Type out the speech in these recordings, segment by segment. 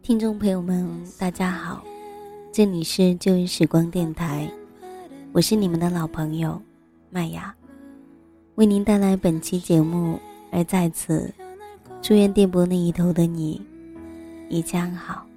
听众朋友们大家好，这里是旧日时光电台，我是你们的老朋友麦雅，为您带来本期节目。而在此祝愿电波那一头的你一切安好。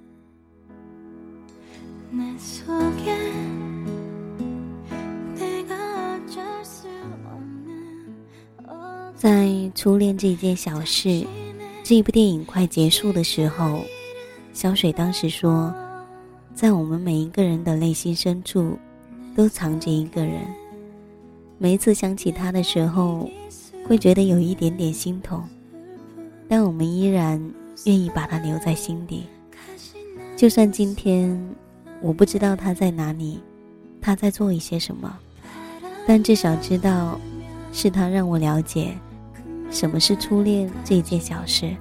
在初恋这件小事这一部电影快结束的时候，小水当时说，在我们每一个人的内心深处都藏着一个人，每一次想起他的时候会觉得有一点点心痛，但我们依然愿意把他留在心底。就算今天我不知道他在哪里，他在做一些什么，但至少知道是他让我了解什么是初恋这件小事。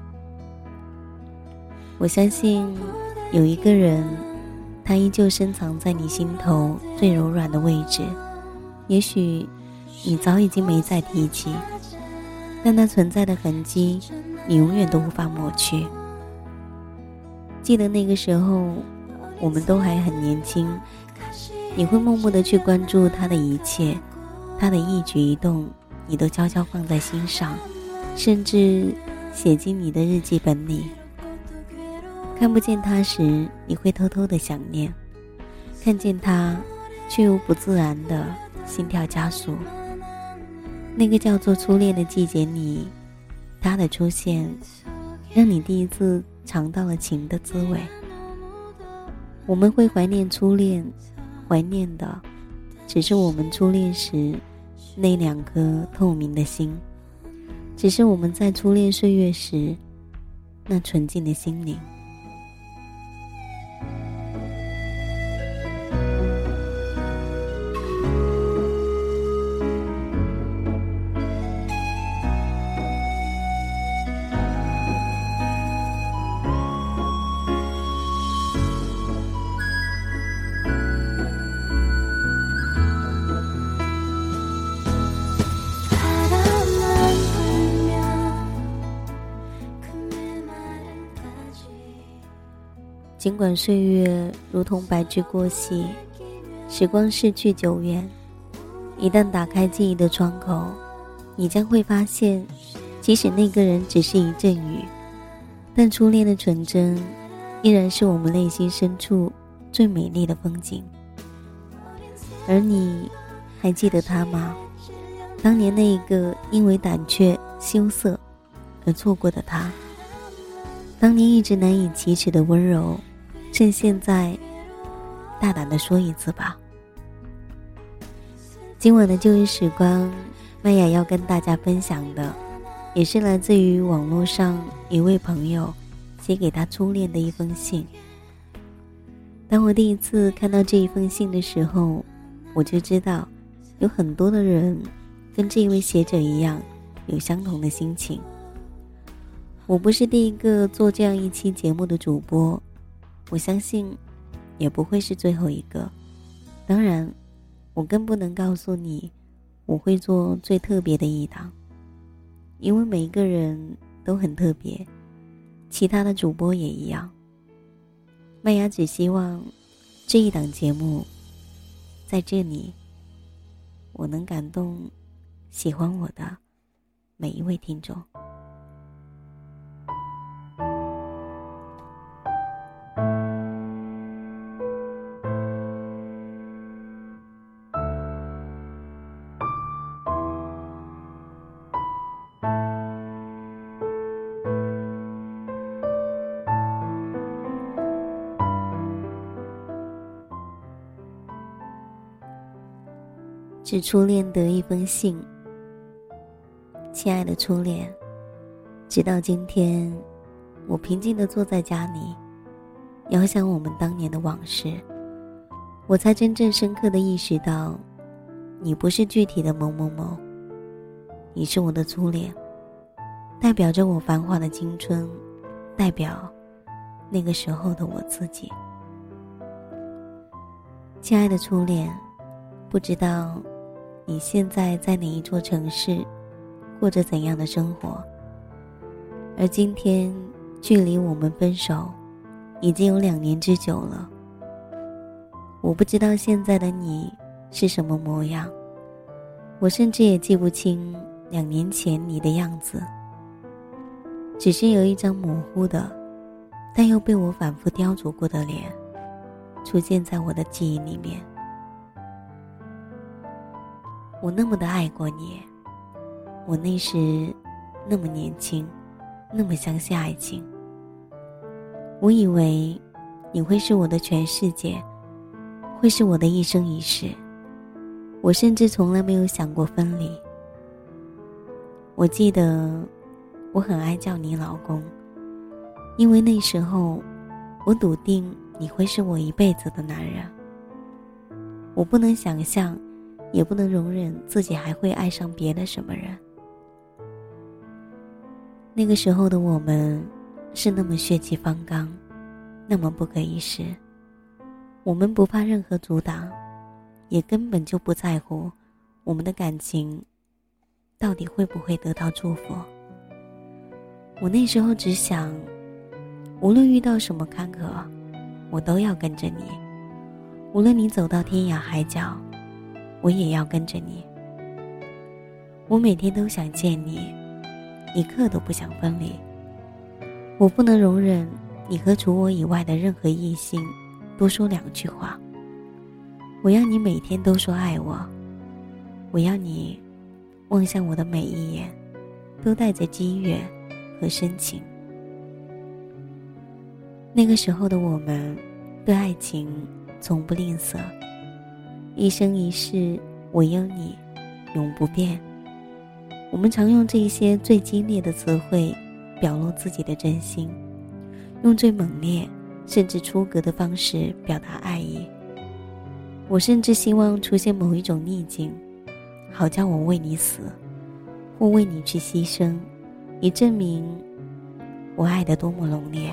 我相信有一个人，他依旧深藏在你心头最柔软的位置，也许你早已经没再提起，但它存在的痕迹你永远都无法抹去。记得那个时候我们都还很年轻，你会默默地去关注他的一切，他的一举一动你都悄悄放在心上，甚至写进你的日记本里。看不见他时你会偷偷的想念，看见他却又不自然的心跳加速。那个叫做初恋的季节里，他的出现让你第一次尝到了情的滋味。我们会怀念初恋，怀念的只是我们初恋时那两颗透明的心，只是我们在初恋岁月时那纯净的心灵。尽管岁月如同白驹过隙，时光逝去久远，一旦打开记忆的窗口，你将会发现，即使那个人只是一阵雨，但初恋的纯真依然是我们内心深处最美丽的风景。而你还记得他吗？当年那一个因为胆怯羞涩而错过的他，当年一直难以启齿的温柔，趁现在大胆地说一次吧。今晚的旧日时光，麦雅要跟大家分享的也是来自于网络上一位朋友写给他初恋的一封信。当我第一次看到这一封信的时候，我就知道有很多的人跟这一位写者一样有相同的心情。我不是第一个做这样一期节目的主播，我相信也不会是最后一个。当然我更不能告诉你我会做最特别的一档，因为每一个人都很特别，其他的主播也一样。麦雅只希望这一档节目在这里我能感动喜欢我的每一位听众。致初恋的一封信。亲爱的初恋，直到今天，我平静地坐在家里，遥想我们当年的往事，我才真正深刻地意识到，你不是具体的某某某，你是我的初恋，代表着我繁华的青春，代表那个时候的我自己。亲爱的初恋，不知道你现在在哪一座城市，过着怎样的生活，而今天距离我们分手已经有2年之久了。我不知道现在的你是什么模样，我甚至也记不清2年前你的样子，只是有一张模糊的，但又被我反复雕琢过的脸出现在我的记忆里面。我那么的爱过你，我那时那么年轻，那么相信爱情。我以为你会是我的全世界，会是我的一生一世，我甚至从来没有想过分离。我记得我很爱叫你老公，因为那时候我笃定你会是我一辈子的男人。我不能想象，也不能容忍自己还会爱上别的什么人。那个时候的我们是那么血气方刚，那么不可一世。我们不怕任何阻挡，也根本就不在乎我们的感情到底会不会得到祝福。我那时候只想，无论遇到什么坎坷，我都要跟着你，无论你走到天涯海角，我也要跟着你。我每天都想见你，一刻都不想分离。我不能容忍你和除我以外的任何异性多说2句话。我要你每天都说爱我，我要你望向我的每一眼都带着激越和深情。那个时候的我们对爱情从不吝啬，一生一世我有你，永不变。我们常用这些最激烈的词汇表露自己的真心，用最猛烈甚至出格的方式表达爱意。我甚至希望出现某一种逆境，好叫我为你死，或为你去牺牲，以证明我爱得多么浓烈。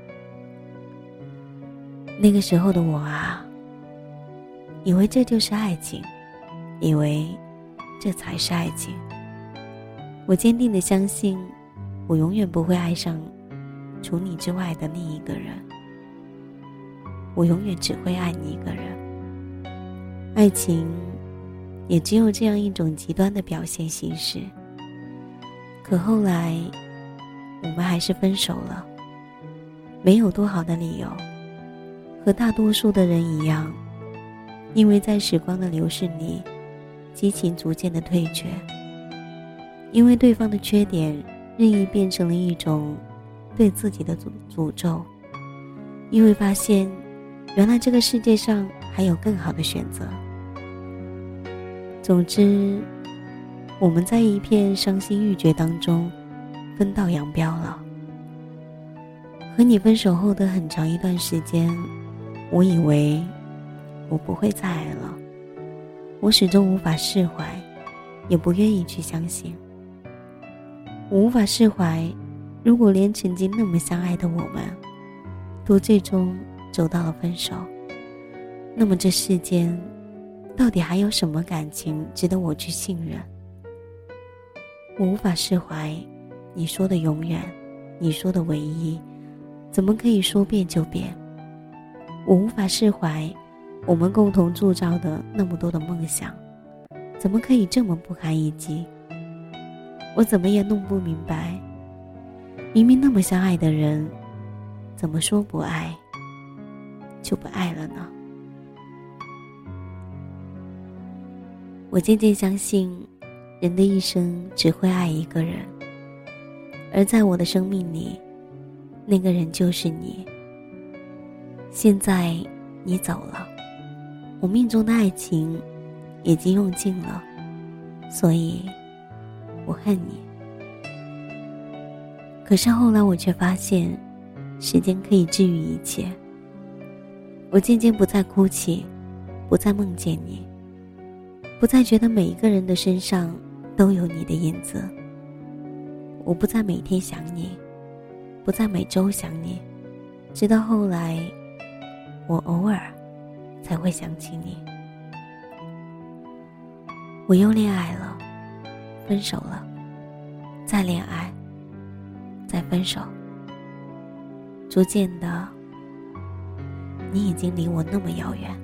那个时候的我啊，以为这就是爱情，以为这才是爱情。我坚定地相信，我永远不会爱上除你之外的另一个人，我永远只会爱你一个人。爱情也只有这样一种极端的表现形式。可后来我们还是分手了，没有多好的理由，和大多数的人一样，因为在时光的流逝里，激情逐渐的退却，因为对方的缺点任意变成了一种对自己的诅咒，因为发现原来这个世界上还有更好的选择。总之，我们在一片伤心欲绝当中分道扬镳了。和你分手后的很长一段时间，我以为我不会再爱了，我始终无法释怀，也不愿意去相信。我无法释怀，如果连曾经那么相爱的我们都最终走到了分手，那么这世间到底还有什么感情值得我去信任？我无法释怀你说的永远，你说的唯一，怎么可以说变就变？我无法释怀我们共同铸造的那么多的梦想，怎么可以这么不堪一击？我怎么也弄不明白，明明那么相爱的人，怎么说不爱就不爱了呢？我渐渐相信，人的一生只会爱一个人，而在我的生命里，那个人就是你。现在你走了，我命中的爱情已经用尽了，所以我恨你。可是后来我却发现，时间可以治愈一切。我渐渐不再哭泣，不再梦见你，不再觉得每一个人的身上都有你的影子。我不再每天想你，不再每周想你，直到后来我偶尔才会想起你。我又恋爱了，分手了，再恋爱，再分手。逐渐的， 你已经离我那么遥远。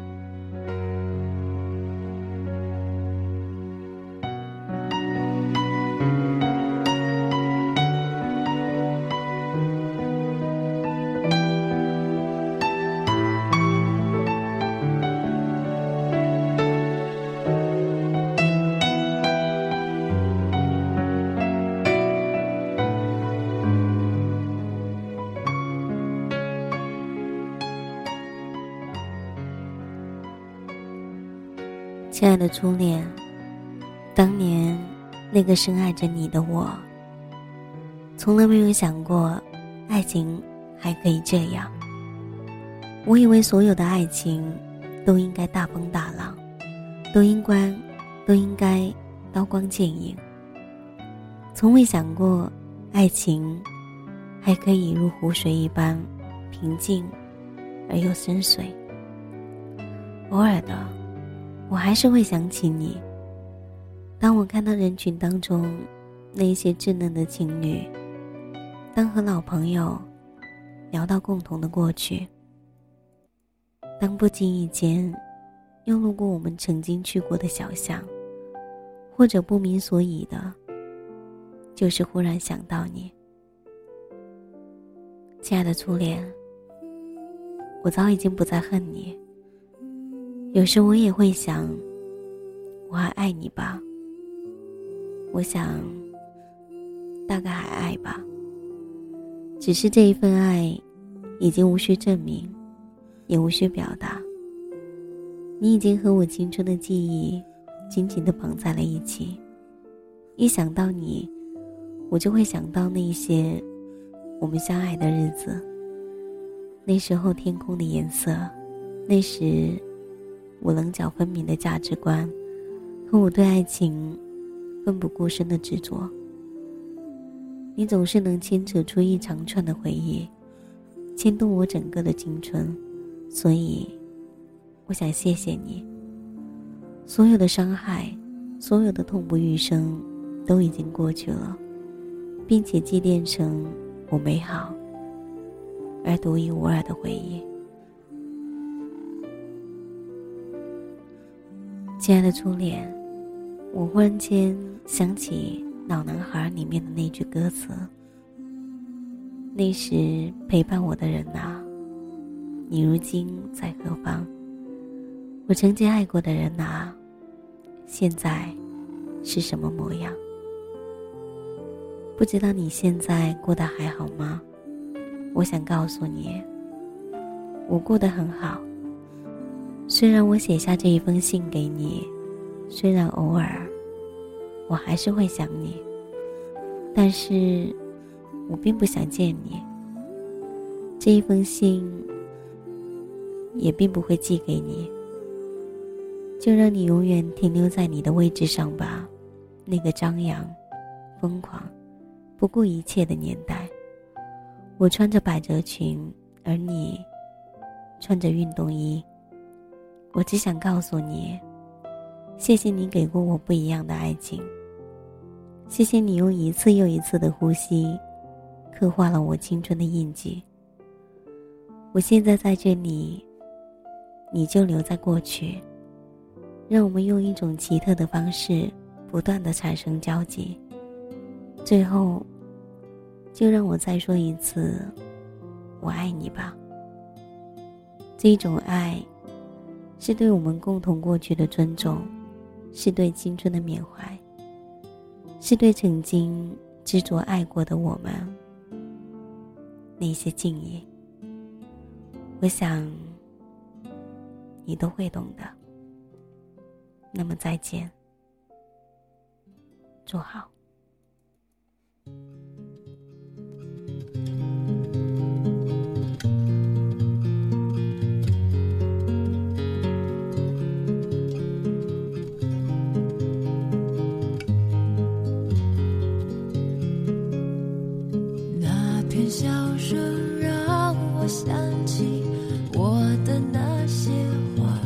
亲爱的初恋，当年那个深爱着你的我，从来没有想过爱情还可以这样。我以为所有的爱情都应该大风大浪，都应该刀光剑影，从未想过爱情还可以如湖水一般平静而又深邃。偶尔的，我还是会想起你。当我看到人群当中那些稚嫩的情侣，当和老朋友聊到共同的过去，当不经意间又路过我们曾经去过的小巷，或者不明所以的，就是忽然想到你。亲爱的初恋，我早已经不再恨你。有时我也会想，我还爱你吧？我想，大概还爱吧。只是这一份爱，已经无需证明，也无需表达。你已经和我青春的记忆紧紧地绑在了一起。一想到你，我就会想到那些我们相爱的日子。那时候天空的颜色，那时我棱角分明的价值观，和我对爱情奋不顾身的执着。你总是能牵扯出一长串的回忆，牵动我整个的青春，所以我想谢谢你。所有的伤害，所有的痛不欲生都已经过去了，并且积淀成我美好而独一无二的回忆。亲爱的初恋，我忽然间想起《老男孩》里面的那句歌词，那时陪伴我的人啊，你如今在何方？我曾经爱过的人啊，现在是什么模样？不知道你现在过得还好吗？我想告诉你，我过得很好。虽然我写下这一封信给你，虽然偶尔我还是会想你，但是我并不想见你。这一封信也并不会寄给你，就让你永远停留在你的位置上吧。那个张扬、疯狂、不顾一切的年代，我穿着百褶裙，而你穿着运动衣。我只想告诉你，谢谢你给过我不一样的爱情，谢谢你用一次又一次的呼吸刻画了我青春的印记。我现在在这里，你就留在过去，让我们用一种奇特的方式不断地产生交集。最后，就让我再说一次，我爱你吧。这种爱是对我们共同过去的尊重，是对青春的缅怀，是对曾经执着爱过的我们那些敬意。我想你都会懂的。那么再见，祝好。 笑声让我想起我的那些花，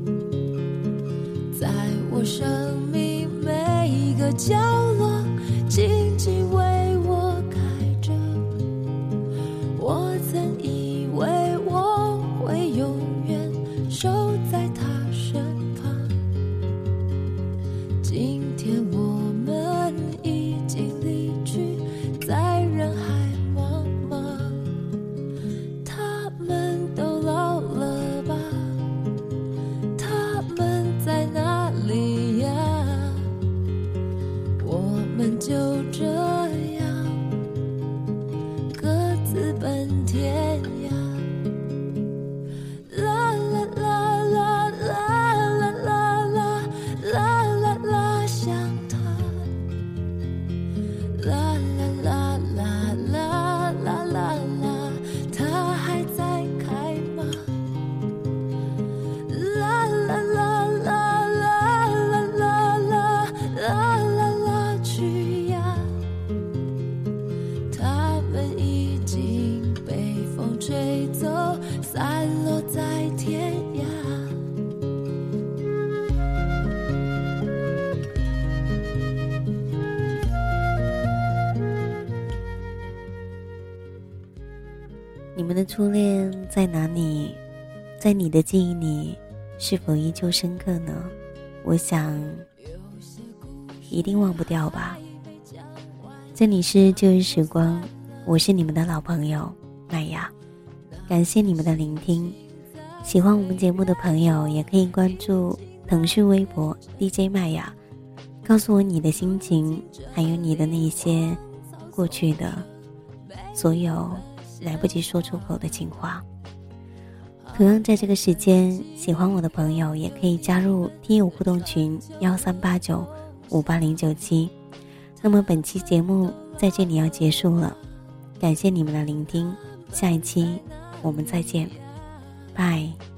在我生命每一个角落静静为我开着。我曾以为我会永今天我们已经离去，在人海茫茫。他们都老了吧？他们在哪里呀？我们就这样各自奔天涯。啦啦啦啦啦啦啦啦啦啦啦，想他。啦啦啦啦啦啦啦啦，他还在开吗？啦啦啦啦啦啦啦啦啦啦啦，去呀！他们已经被风吹走，散落在天涯。 你们的初恋在哪里？在你的记忆里是否依旧深刻呢？我想一定忘不掉吧。这里是旧日时光，我是你们的老朋友麦雅，感谢你们的聆听。喜欢我们节目的朋友也可以关注腾讯微博 DJ 麦雅，告诉我你的心情，还有你的那些过去的所有来不及说出口的情话。同样在这个时间，喜欢我的朋友也可以加入听友互动群1389-58097。那么本期节目在这里要结束了，感谢你们的聆听，下一期我们再见，拜。